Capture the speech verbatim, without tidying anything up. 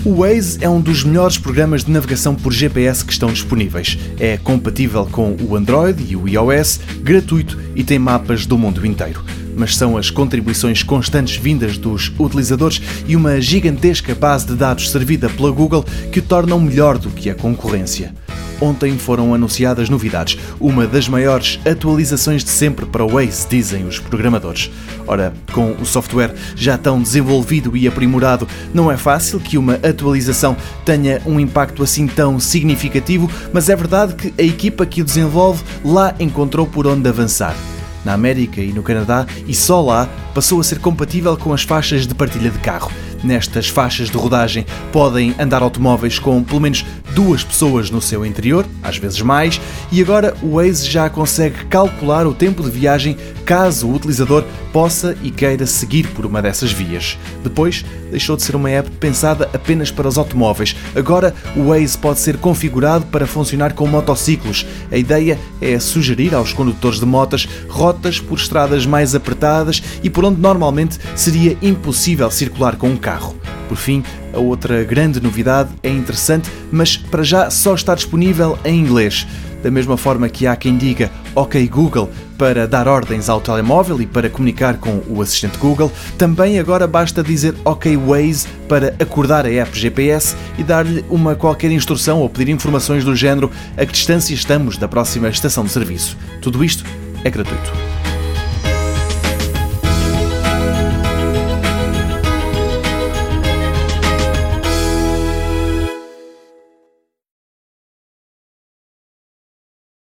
O Waze é um dos melhores programas de navegação por G P S que estão disponíveis. É compatível com o Android e o iOS, gratuito e tem mapas do mundo inteiro. Mas são as contribuições constantes vindas dos utilizadores e uma gigantesca base de dados servida pela Google que o tornam melhor do que a concorrência. Ontem foram anunciadas novidades, uma das maiores atualizações de sempre para o Waze, dizem os programadores. Ora, com o software já tão desenvolvido e aprimorado, não é fácil que uma atualização tenha um impacto assim tão significativo, mas é verdade que a equipa que o desenvolve lá encontrou por onde avançar. Na América e no Canadá, e só lá, passou a ser compatível com as faixas de partilha de carro. Nestas faixas de rodagem podem andar automóveis com pelo menos duas pessoas no seu interior, às vezes mais, e agora o Waze já consegue calcular o tempo de viagem caso o utilizador possa e queira seguir por uma dessas vias. Depois, deixou de ser uma app pensada apenas para os automóveis. Agora, o Waze pode ser configurado para funcionar com motociclos. A ideia é sugerir aos condutores de motas rotas por estradas mais apertadas e por onde normalmente seria impossível circular com um carro. Por fim, a outra grande novidade é interessante, mas para já só está disponível em inglês. Da mesma forma que há quem diga OK Google para dar ordens ao telemóvel e para comunicar com o assistente Google, também agora basta dizer OK Waze para acordar a app G P S e dar-lhe uma qualquer instrução ou pedir informações do género a que distância estamos da próxima estação de serviço. Tudo isto é gratuito.